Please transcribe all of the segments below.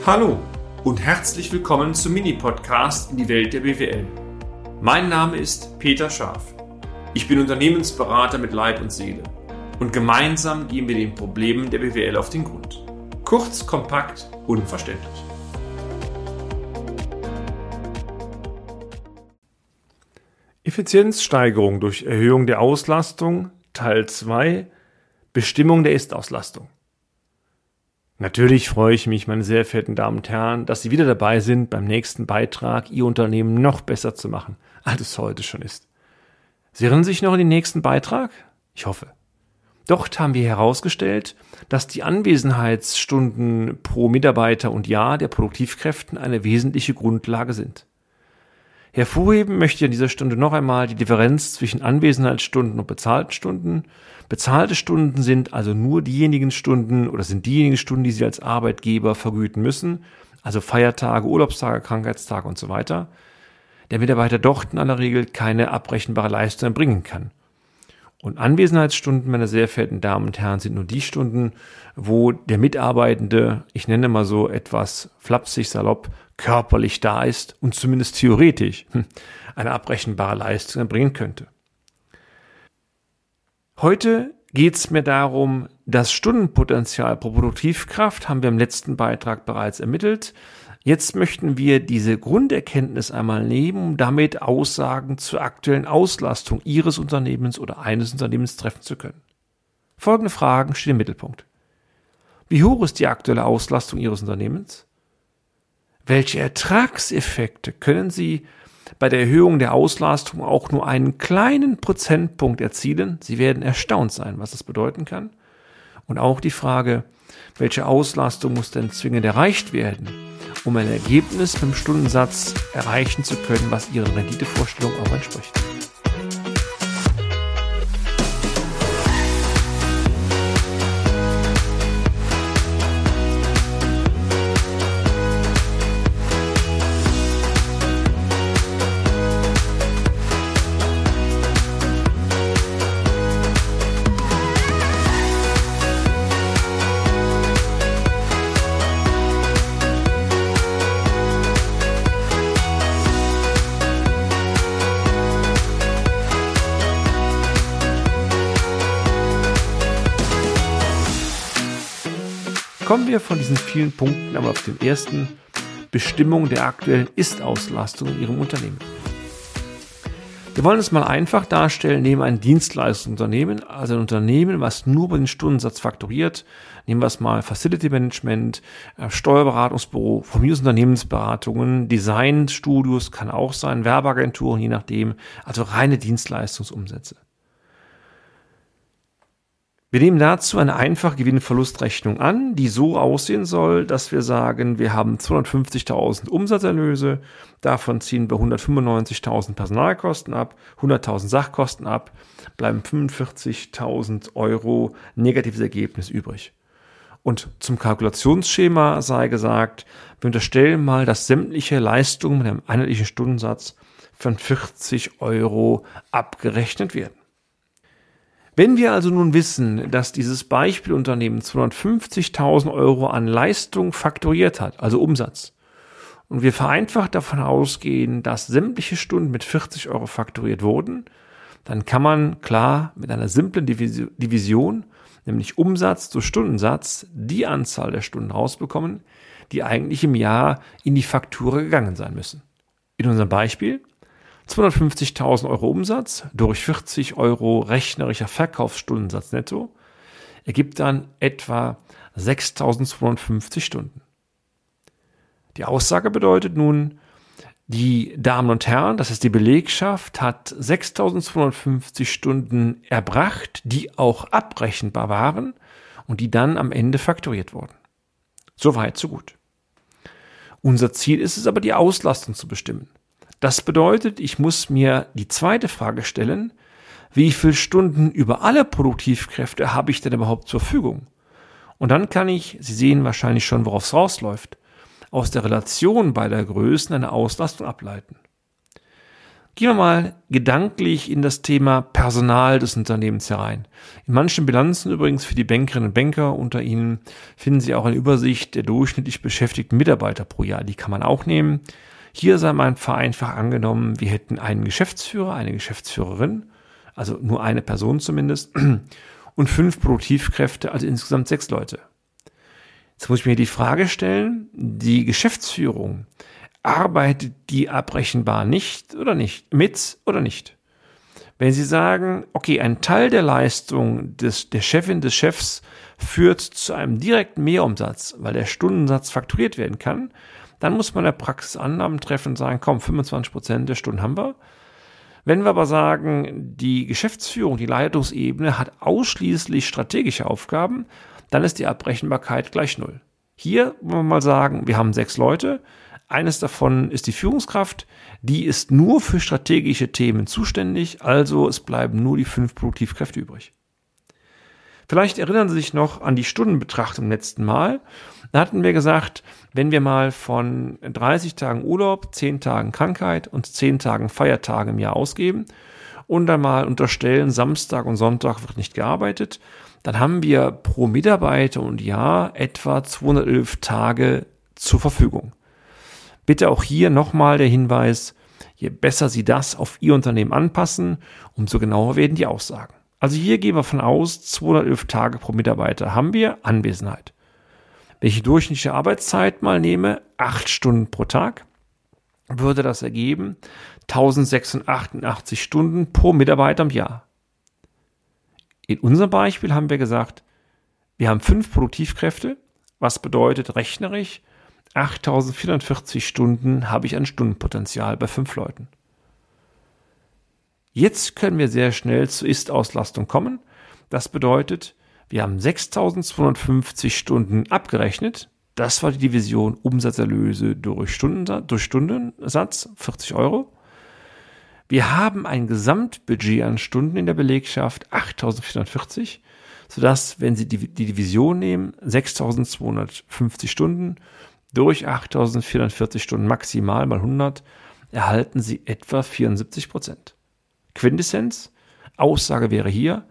Hallo und herzlich willkommen zum Mini-Podcast in die Welt der BWL. Mein Name ist Peter Scharf. Ich bin Unternehmensberater mit Leib und Seele und gemeinsam gehen wir den Problemen der BWL auf den Grund. Kurz, kompakt, unverständlich. Effizienzsteigerung durch Erhöhung der Auslastung, Teil 2, Bestimmung der Ist-Auslastung. Natürlich freue ich mich, meine sehr verehrten Damen und Herren, dass Sie wieder dabei sind, beim nächsten Beitrag Ihr Unternehmen noch besser zu machen, als es heute schon ist. Sie erinnern sich noch an den nächsten Beitrag? Ich hoffe. Dort haben wir herausgestellt, dass die Anwesenheitsstunden pro Mitarbeiter und Jahr der Produktivkräften eine wesentliche Grundlage sind. Hervorheben möchte ich an dieser Stunde noch einmal die Differenz zwischen Anwesenheitsstunden und bezahlten Stunden. Bezahlte Stunden sind also nur diejenigen Stunden oder sind diejenigen Stunden, die Sie als Arbeitgeber vergüten müssen, also Feiertage, Urlaubstage, Krankheitstage und so weiter. Der Mitarbeiter dort in aller Regel keine abrechenbare Leistung erbringen kann. Und Anwesenheitsstunden, meine sehr verehrten Damen und Herren, sind nur die Stunden, wo der Mitarbeitende, ich nenne mal so etwas flapsig, salopp, körperlich da ist und zumindest theoretisch eine abrechenbare Leistung erbringen könnte. Heute geht es mir darum, das Stundenpotenzial pro Produktivkraft haben wir im letzten Beitrag bereits ermittelt. Jetzt möchten wir diese Grunderkenntnis einmal nehmen, um damit Aussagen zur aktuellen Auslastung Ihres Unternehmens oder eines Unternehmens treffen zu können. Folgende Fragen stehen im Mittelpunkt. Wie hoch ist die aktuelle Auslastung Ihres Unternehmens? Welche Ertragseffekte können Sie bei der Erhöhung der Auslastung auch nur einen kleinen Prozentpunkt erzielen? Sie werden erstaunt sein, was das bedeuten kann. Und auch die Frage, welche Auslastung muss denn zwingend erreicht werden, um ein Ergebnis mit dem Stundensatz erreichen zu können, was Ihren Renditevorstellungen auch entspricht. Kommen wir von diesen vielen Punkten aber auf den ersten, Bestimmung der aktuellen Ist-Auslastung in Ihrem Unternehmen. Wir wollen es mal einfach darstellen, nehmen ein Dienstleistungsunternehmen, also ein Unternehmen, was nur über den Stundensatz fakturiert, nehmen wir es mal Facility Management, Steuerberatungsbüro, von mir aus Unternehmensberatungen, Designstudios, kann auch sein, Werbeagenturen, je nachdem, also reine Dienstleistungsumsätze. Wir nehmen dazu eine einfache Gewinn-Verlust-Rechnung an, die so aussehen soll, dass wir sagen, wir haben 250.000 Umsatzerlöse, davon ziehen wir 195.000 Personalkosten ab, 100.000 Sachkosten ab, bleiben 45.000 Euro negatives Ergebnis übrig. Und zum Kalkulationsschema sei gesagt, wir unterstellen mal, dass sämtliche Leistungen mit einem einheitlichen Stundensatz von 40 Euro abgerechnet werden. Wenn wir also nun wissen, dass dieses Beispielunternehmen 250.000 Euro an Leistung fakturiert hat, also Umsatz, und wir vereinfacht davon ausgehen, dass sämtliche Stunden mit 40 Euro fakturiert wurden, dann kann man klar mit einer simplen Division, nämlich Umsatz durch Stundensatz, die Anzahl der Stunden rausbekommen, die eigentlich im Jahr in die Faktura gegangen sein müssen. In unserem Beispiel 250.000 Euro Umsatz durch 40 Euro rechnerischer Verkaufsstundensatz netto ergibt dann etwa 6.250 Stunden. Die Aussage bedeutet nun, die Damen und Herren, das ist die Belegschaft, hat 6.250 Stunden erbracht, die auch abrechenbar waren und die dann am Ende fakturiert wurden. Soweit, so gut. Unser Ziel ist es aber, die Auslastung zu bestimmen. Das bedeutet, ich muss mir die zweite Frage stellen, wie viele Stunden über alle Produktivkräfte habe ich denn überhaupt zur Verfügung? Und dann kann ich, Sie sehen wahrscheinlich schon, worauf es rausläuft, aus der Relation beider Größen eine Auslastung ableiten. Gehen wir mal gedanklich in das Thema Personal des Unternehmens herein. In manchen Bilanzen übrigens für die Bankerinnen und Banker unter Ihnen finden Sie auch eine Übersicht der durchschnittlich beschäftigten Mitarbeiter pro Jahr. Die kann man auch nehmen. Hier sei mal vereinfacht angenommen, wir hätten einen Geschäftsführer, eine Geschäftsführerin, also nur eine Person zumindest, und 5 Produktivkräfte, also insgesamt 6 Leute. Jetzt muss ich mir die Frage stellen, die Geschäftsführung, arbeitet die abrechenbar nicht oder nicht, mit oder nicht? Wenn Sie sagen, okay, ein Teil der Leistung der Chefin, des Chefs führt zu einem direkten Mehrumsatz, weil der Stundensatz fakturiert werden kann, dann muss man in der Praxis Annahmen treffen und sagen, komm, 25% der Stunden haben wir. Wenn wir aber sagen, die Geschäftsführung, die Leitungsebene hat ausschließlich strategische Aufgaben, dann ist die Abrechenbarkeit gleich 0. Hier wollen wir mal sagen, wir haben 6 Leute. Eines davon ist die Führungskraft, die ist nur für strategische Themen zuständig, also es bleiben nur die 5 Produktivkräfte übrig. Vielleicht erinnern Sie sich noch an die Stundenbetrachtung im letzten Mal. Da hatten wir gesagt, wenn wir mal von 30 Tagen Urlaub, 10 Tagen Krankheit und 10 Tagen Feiertage im Jahr ausgeben und dann mal unterstellen, Samstag und Sonntag wird nicht gearbeitet, dann haben wir pro Mitarbeiter und Jahr etwa 211 Tage zur Verfügung. Bitte auch hier nochmal der Hinweis, je besser Sie das auf Ihr Unternehmen anpassen, umso genauer werden die Aussagen. Also hier gehen wir von aus, 211 Tage pro Mitarbeiter haben wir Anwesenheit. Wenn ich die durchschnittliche Arbeitszeit mal nehme, 8 Stunden pro Tag, würde das ergeben 1688 Stunden pro Mitarbeiter im Jahr. In unserem Beispiel haben wir gesagt, wir haben 5 Produktivkräfte, was bedeutet rechnerisch, 8440 Stunden habe ich an Stundenpotenzial bei 5 Leuten. Jetzt können wir sehr schnell zur Ist-Auslastung kommen. Das bedeutet, wir haben 6250 Stunden abgerechnet. Das war die Division Umsatzerlöse durch Stundensatz, 40 Euro. Wir haben ein Gesamtbudget an Stunden in der Belegschaft, 8440, sodass, wenn Sie die Division nehmen, 6250 Stunden durch 8440 Stunden maximal mal 100, erhalten Sie etwa 74%. Quintessenz, Aussage wäre hier,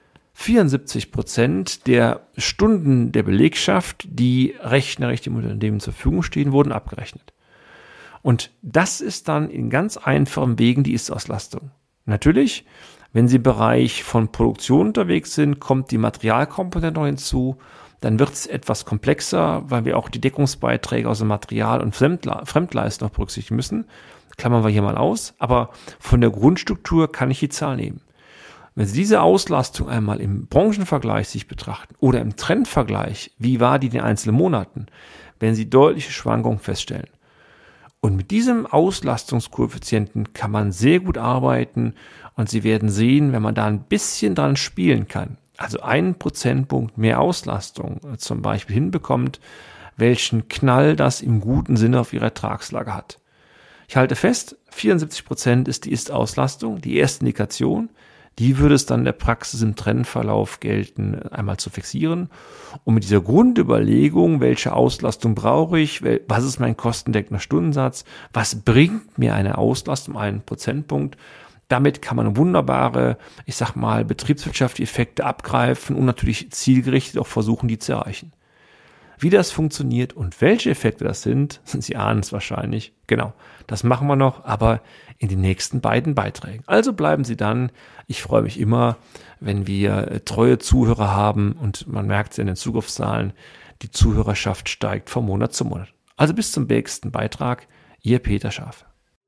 74% der Stunden der Belegschaft, die rechnerisch dem Unternehmen zur Verfügung stehen, wurden abgerechnet. Und das ist dann in ganz einfachen Wegen die Ist-Auslastung. Natürlich, wenn Sie im Bereich von Produktion unterwegs sind, kommt die Materialkomponente noch hinzu, dann wird es etwas komplexer, weil wir auch die Deckungsbeiträge aus dem Material und Fremdleistung noch berücksichtigen müssen. Klammern wir hier mal aus, aber von der Grundstruktur kann ich die Zahl nehmen. Wenn Sie diese Auslastung einmal im Branchenvergleich sich betrachten oder im Trendvergleich, wie war die in den einzelnen Monaten, werden Sie deutliche Schwankungen feststellen. Und mit diesem Auslastungskoeffizienten kann man sehr gut arbeiten und Sie werden sehen, wenn man da ein bisschen dran spielen kann, also 1 Prozentpunkt mehr Auslastung zum Beispiel hinbekommt, welchen Knall das im guten Sinne auf Ihre Ertragslage hat. Ich halte fest, 74% ist die Ist-Auslastung, die erste Indikation. Die würde es dann in der Praxis im Trendverlauf gelten, einmal zu fixieren. Und mit dieser Grundüberlegung, welche Auslastung brauche ich, was ist mein kostendeckender Stundensatz, was bringt mir eine Auslastung, einen Prozentpunkt, damit kann man wunderbare, betriebswirtschaftliche Effekte abgreifen und natürlich zielgerichtet auch versuchen, die zu erreichen. Wie das funktioniert und welche Effekte das sind, Sie ahnen es wahrscheinlich. Genau, das machen wir noch, aber in den nächsten beiden Beiträgen. Also bleiben Sie dann. Ich freue mich immer, wenn wir treue Zuhörer haben und man merkt es in den Zugriffszahlen, die Zuhörerschaft steigt von Monat zu Monat. Also bis zum nächsten Beitrag, Ihr Peter Schafe.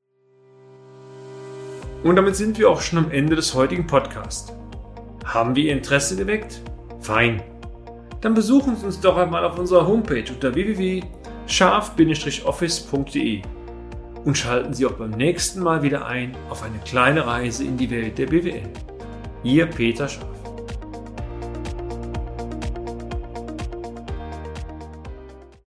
Und damit sind wir auch schon am Ende des heutigen Podcasts. Haben wir Ihr Interesse geweckt? Fein. Dann besuchen Sie uns doch einmal auf unserer Homepage unter www.scharf-office.de und schalten Sie auch beim nächsten Mal wieder ein auf eine kleine Reise in die Welt der BWL. Ihr Peter Scharf.